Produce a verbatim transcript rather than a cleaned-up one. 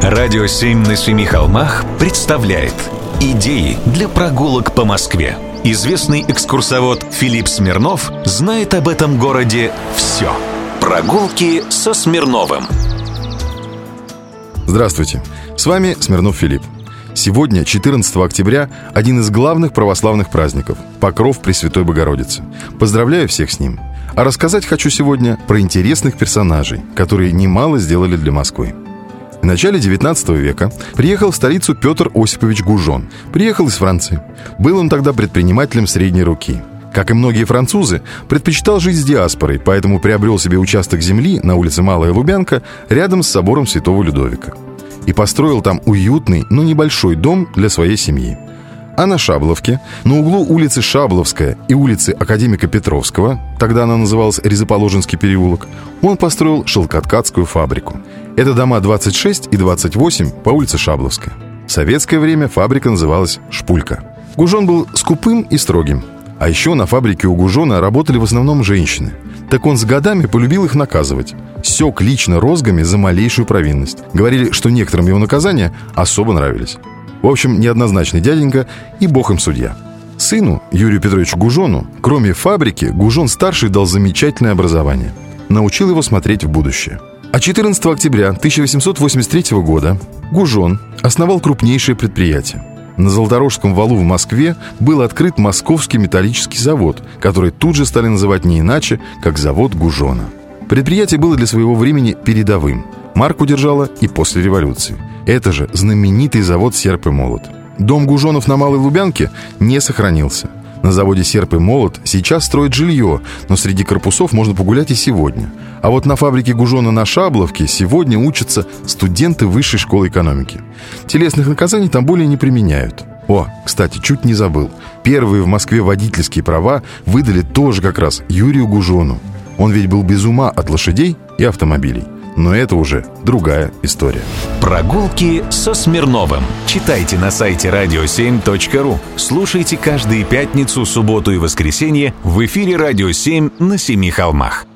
Радио семь на семи холмах представляет идеи для прогулок по Москве. Известный экскурсовод Филипп Смирнов знает об этом городе все. Прогулки со Смирновым. Здравствуйте, с вами Смирнов Филипп. Сегодня, четырнадцатого октября, один из главных православных праздников – Покров Пресвятой Богородицы. Поздравляю всех с ним. А рассказать хочу сегодня про интересных персонажей, которые немало сделали для Москвы. В начале девятнадцатого века приехал в столицу Петр Осипович Гужон. Приехал из Франции. Был он тогда предпринимателем средней руки. Как и многие французы, предпочитал жить с диаспорой, поэтому приобрел себе участок земли на улице Малая Лубянка рядом с собором Святого Людовика. И построил там уютный, но небольшой дом для своей семьи. А на Шабловке, на углу улицы Шабловская и улицы Академика Петровского, тогда она называлась Резоположенский переулок, он построил шелкоткацкую фабрику. Это дома двадцать шесть и двадцать восемь по улице Шабловская. В советское время фабрика называлась «Шпулька». Гужон был скупым и строгим. А еще на фабрике у Гужона работали в основном женщины. Так он с годами полюбил их наказывать. Сёк лично розгами за малейшую провинность. Говорили, что некоторым его наказания особо нравились. В общем, неоднозначный дяденька и бог им судья. Сыну, Юрию Петровичу Гужону, кроме фабрики, Гужон-старший дал замечательное образование. Научил его смотреть в будущее. А четырнадцатого октября тысяча восемьсот восемьдесят третьего года Гужон основал крупнейшее предприятие. На Золоторожском валу в Москве был открыт Московский металлический завод, который тут же стали называть не иначе, как завод Гужона. Предприятие было для своего времени передовым. Марку держало и после революции. Это же знаменитый завод «Серп и молот». Дом Гужонов на Малой Лубянке не сохранился. На заводе «Серп и молот» сейчас строят жилье, но среди корпусов можно погулять и сегодня. А вот на фабрике Гужона на Шабловке сегодня учатся студенты Высшей школы экономики. Телесных наказаний там более не применяют. О, кстати, чуть не забыл. Первые в Москве водительские права выдали тоже как раз Юрию Гужону. Он ведь был без ума от лошадей и автомобилей. Но это уже другая история. Прогулки со Смирновым. Читайте на сайте радио семь точка ру. Слушайте каждые пятницу, субботу и воскресенье в эфире «Радио семь» на Семи холмах.